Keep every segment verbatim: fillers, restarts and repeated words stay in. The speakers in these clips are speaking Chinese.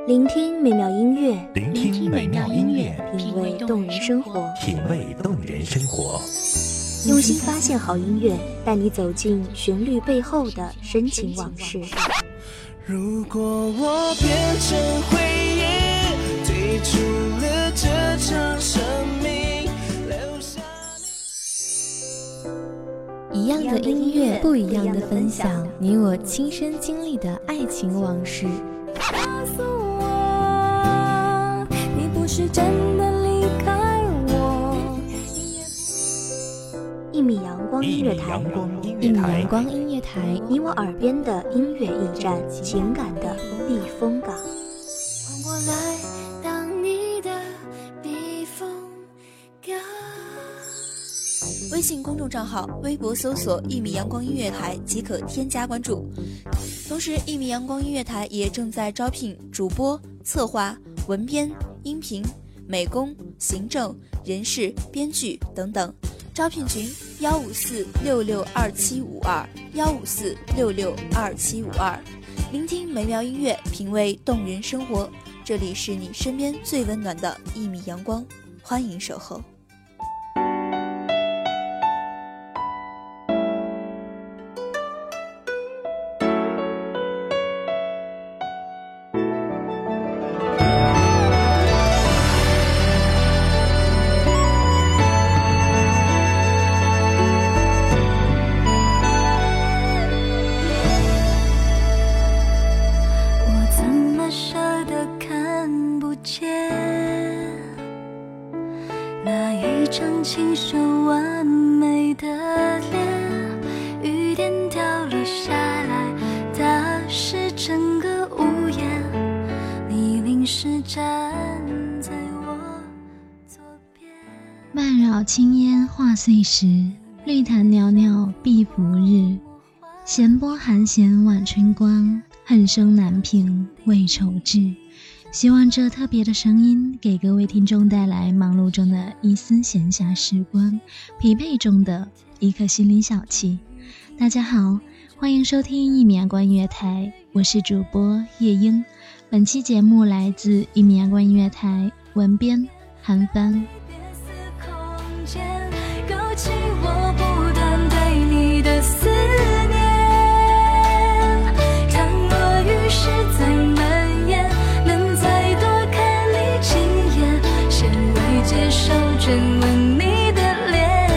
聆听美妙音乐， 聆听美妙音乐， 品味动人生活， 品味动人生活。 用心发现好音乐，带你走进旋律背后的深情往事。 如果我变成回忆，退出了这场生命，留下一样的音乐，不一样的分享，你我亲身经历的爱情往事。 告诉我，你不是真的离开我。 一米阳光音乐台， 一米阳光音乐台， 你我耳边的音乐驿站，情感的避风港。 换我来当你的避风港。 微信公众账号、微博搜索“一米阳光音乐台”即可添加关注。同时，一米阳光音乐台也正在招聘主播、策划、文编、音频、美工、行政、人事、编剧等等。招聘群：幺五四六六二七五二幺五四六六二七五二。聆听美妙音乐，品味动人生活。这里是你身边最温暖的一米阳光，欢迎守候。 清秀完美的脸，雨点掉落下来，打湿整个屋檐，你淋湿站在我左边。 漫绕青烟化碎石，绿檀袅袅碧浮日。闲波寒弦晚春光，恨生难平未愁至。希望这特别的声音给各位听众带来忙碌中的一丝闲暇时光，疲惫中的一颗心灵小憩。大家好，欢迎收听一米阳光音乐台，我是主播叶英。本期节目来自一米阳光音乐台，文编韩帆。 勾起我不断对你的思念，倘若雨势再蔓延，能再多看你几眼，先未接受真吻你的脸，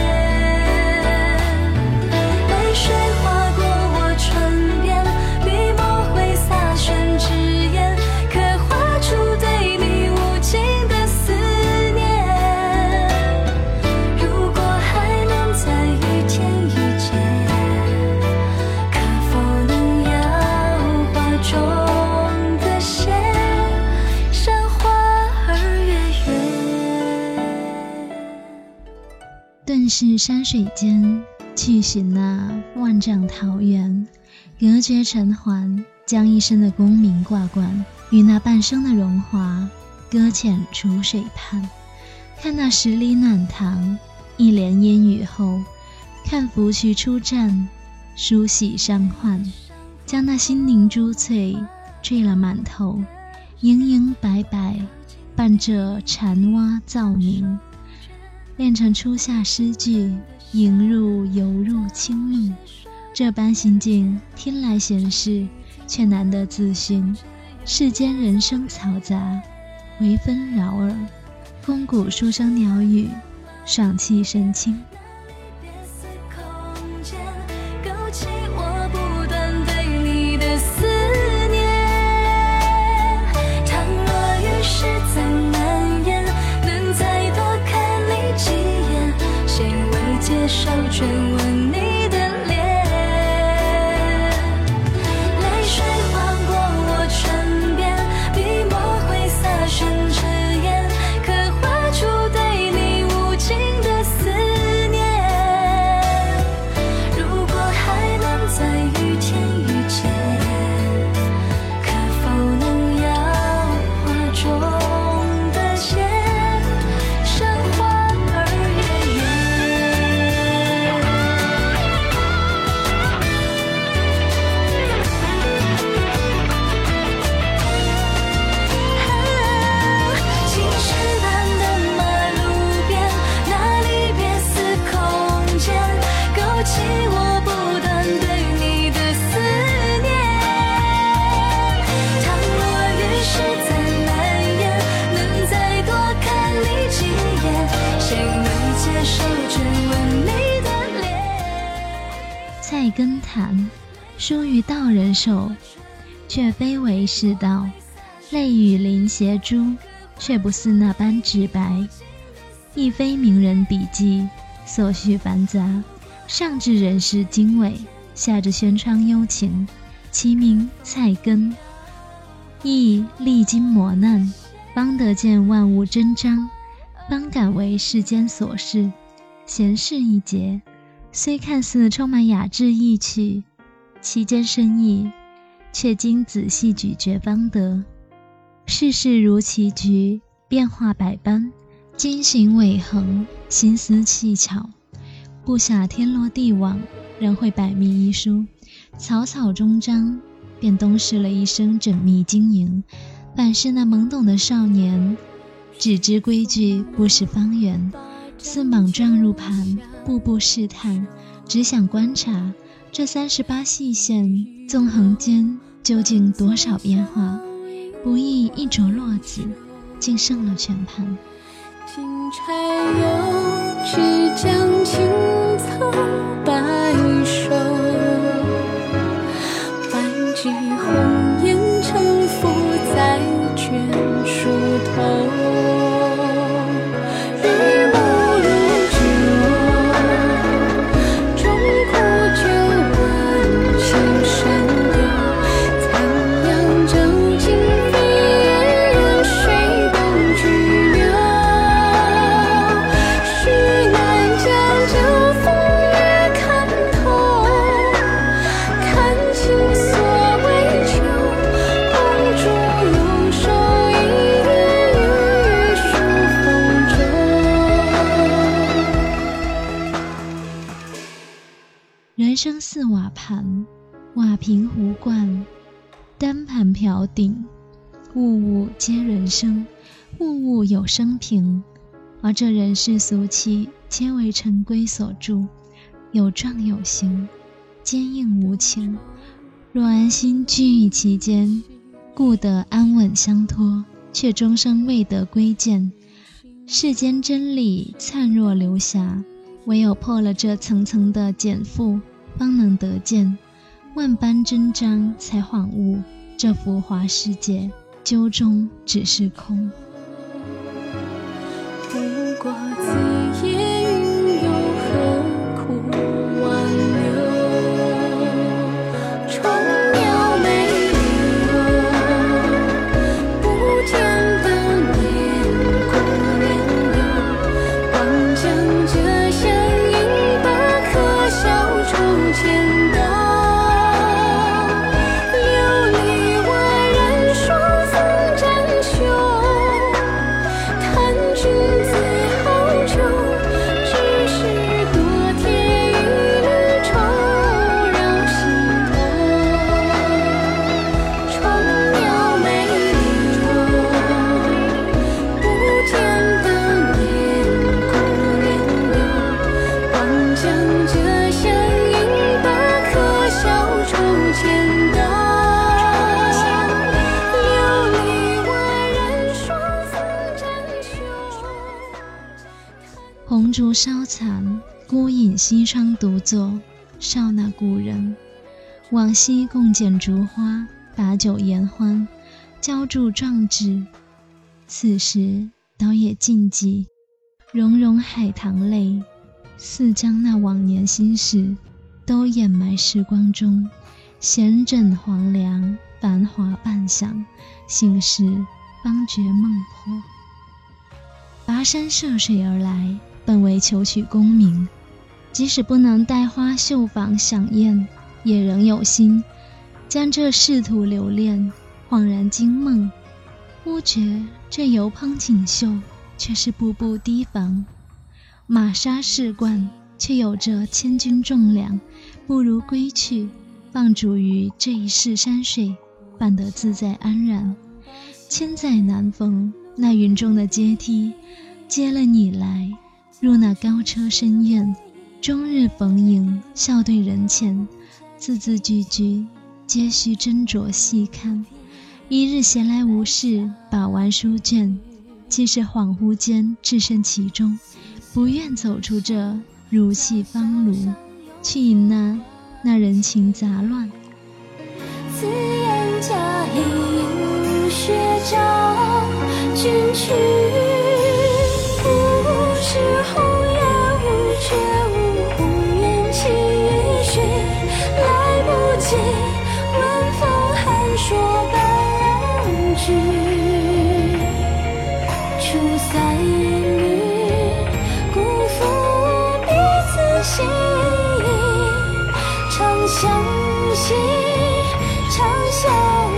泪水划过我唇边，笔墨会洒宣纸砚，刻画出对你无尽的思念。如果还能在雨天遇见，可否能摇花中的线，赏花儿月圆。 顿是山水间，去寻那万丈桃源，隔绝尘寰，将一生的功名挂冠与那半生的荣华搁浅楚水畔。看那十里暖塘，一帘烟雨后，看芙蕖初绽，梳洗上换，将那心灵珠翠缀了满头，莹莹白白，伴着蝉蛙噪鸣，练成初夏诗句，迎入游入清露。这般心境，听来闲适，却难得自寻。世间人生嘈杂，微纷扰耳，空谷书声鸟语，爽气神清。 别似空间，勾起我不断对你的思念，倘若雨势再蔓延，能再多看你几眼，先未接受真吻你的脸，泪水划过我唇边，笔墨会洒宣纸砚，刻画出对你无尽的思念。 根谭，疏于道人手，却卑为士道；泪雨淋斜珠，却不似那般直白。亦非名人笔记，所序繁杂，上至人事经纬，下至轩窗幽情，其名菜根。亦历经磨难，方得见万物真章，方感为世间琐事，闲事一节，虽看似充满雅致意趣，其间深意，却经仔细咀嚼方得。世事如棋局，变化百般，经行伟恒，心思蹊跷，不暇天罗地网，仍会百密一疏，草草终章，便东施了一生缜密经营。反是那懵懂的少年，只知规矩不识方圆，似莽撞入盘，步步试探，只想观察这三十八细线纵横间究竟多少变化，不意一着落子，竟胜了全盘。 金钗又只将青草白首，泛起红颜沉浮在卷书头。日暮如酒，钟鼓酒问青山柳。残阳照尽飞燕，任水东去流。须难将这风月看透，看清所谓求。公主用手一月月书风中。 人生似瓦盘，瓦瓶壶罐，单盘瓢鼎，物物皆人生，物物有生平。而这人世俗气，皆为尘归所铸，有状有形，坚硬无情。若安心居于其间，故得安稳相托，却终生未得归见。世间真理灿若流霞，唯有破了这层层的茧缚，方能得见。万般真章才恍悟，这浮华世界究终只是空。 不过此夜云有何苦挽留？虫鸟没留，不见当年故人游。望将这乡音把可笑愁牵到。琉璃外人说风沾袖，看君自好酒，只是多添一缕愁绕心头。虫鸟没留，不见当年故人游。望将这乡音把可笑愁牵到。琉璃外人说风沾袖。 红烛烧残，孤影西窗独坐，少那故人。往昔共剪烛花，把酒言欢，浇筑壮志。此时倒也静寂，融融海棠泪，似将那往年心事都掩埋时光中。闲枕黄粱，繁华半响，醒时方觉梦破。跋山涉水而来，本为求取功名，即使不能带花绣坊享宴，也仍有心将这仕途留恋。恍然惊梦，忽觉这油烹锦绣却是步步提防，马杀士冠却有着千钧重量，不如归去，放逐于这一世山水，反得自在安然。千载难逢，那云中的阶梯接了你来，入那高车深院，终日逢迎，笑对人前，字字句句皆需斟酌细看。一日闲来无事，把玩书卷，既是恍惚间置身其中，不愿走出这如泣方炉，去饮那那人情杂乱。 此言假意血照君躯，不是红颜无觉无红颜几许，来不及闻风寒说半句，初散语，辜负彼此心意，长相惜，长相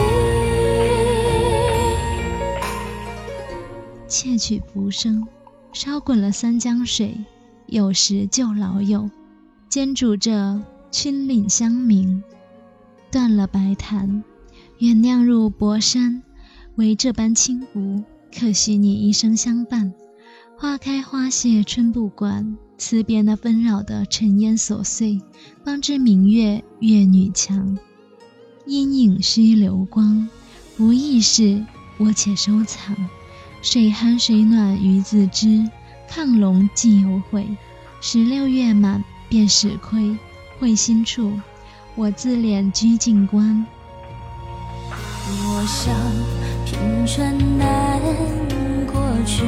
窃取浮生，烧滚了三江水，有时救老友，煎煮着君岭乡民。断了白檀，愿酿入薄山，为这般轻浮，可惜你一生相伴。花开花谢春不管，辞别那纷扰的尘烟琐碎，方知明月月女强。阴影须流光，不易事，我且收藏。水寒水暖鱼自知，亢龙既有悔。十六月满便始亏，会心处，我自怜居静观。 我想平川难过去，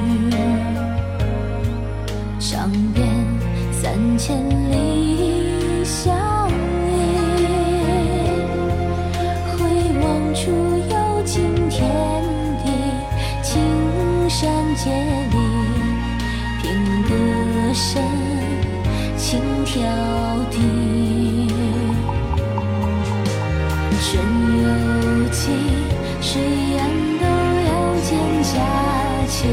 尝遍三千里相依，回望处有尽天地，青山界里平歌声，轻挑剔，真有情，谁人都要见佳期，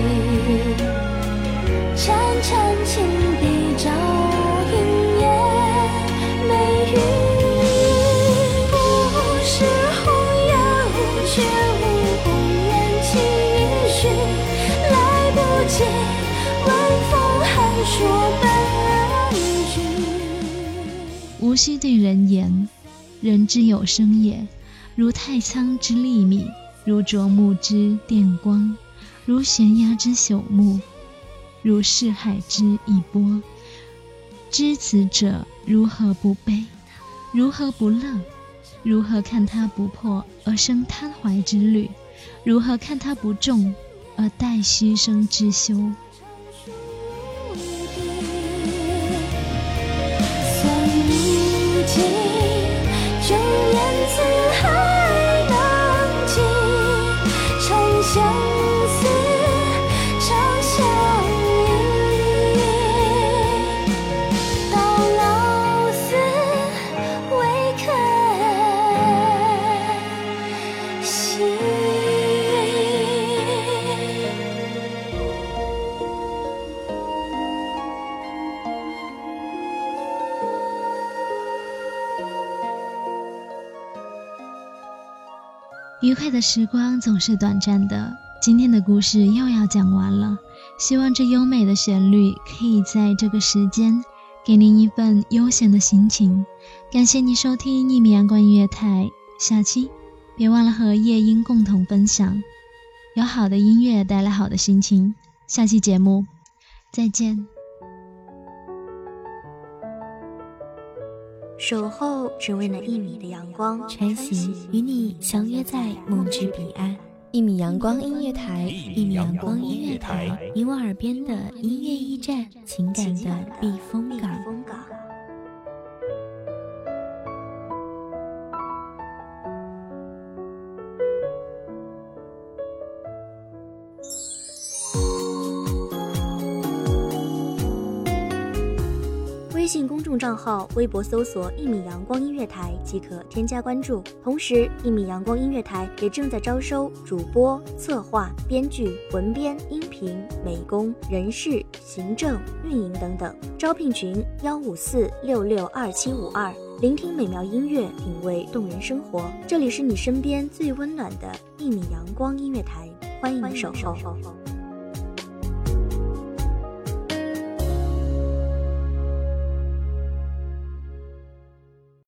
潺潺情笔照云烟美玉，不是红颜无觉无红颜几许，来不及闻风寒说半句。 无需对人言，人之有生也，如太仓之粒米，如啄木之电光，如悬崖之朽木，如逝海之一波。知此者如何不悲，如何不乐，如何看他不破而生贪怀之虑，如何看他不重而待虚生之休。 算如今中言辞还能记，长相思，长相依，到老死未肯惜。 愉快的时光总是短暂的，今天的故事又要讲完了。希望这优美的旋律可以在这个时间给您一份悠闲的心情。感谢你收听一米阳光音乐台，下期别忘了和夜莺共同分享，有好的音乐带来好的心情。下期节目再见。 守候只为那一米的阳光， 穿行与你相约在梦之彼岸。一米阳光音乐台，一米阳光音乐台，你我耳边的音乐驿站，情感的避风港。 微信公众账号、微博搜索“一米阳光音乐台”即可添加关注。同时，一米阳光音乐台也正在招收主播、策划、编剧、文编、音频、美工、人事、行政、运营等等。招聘群：幺五四六六二七五二。聆听美妙音乐，品味动人生活。这里是你身边最温暖的一米阳光音乐台，欢迎守候。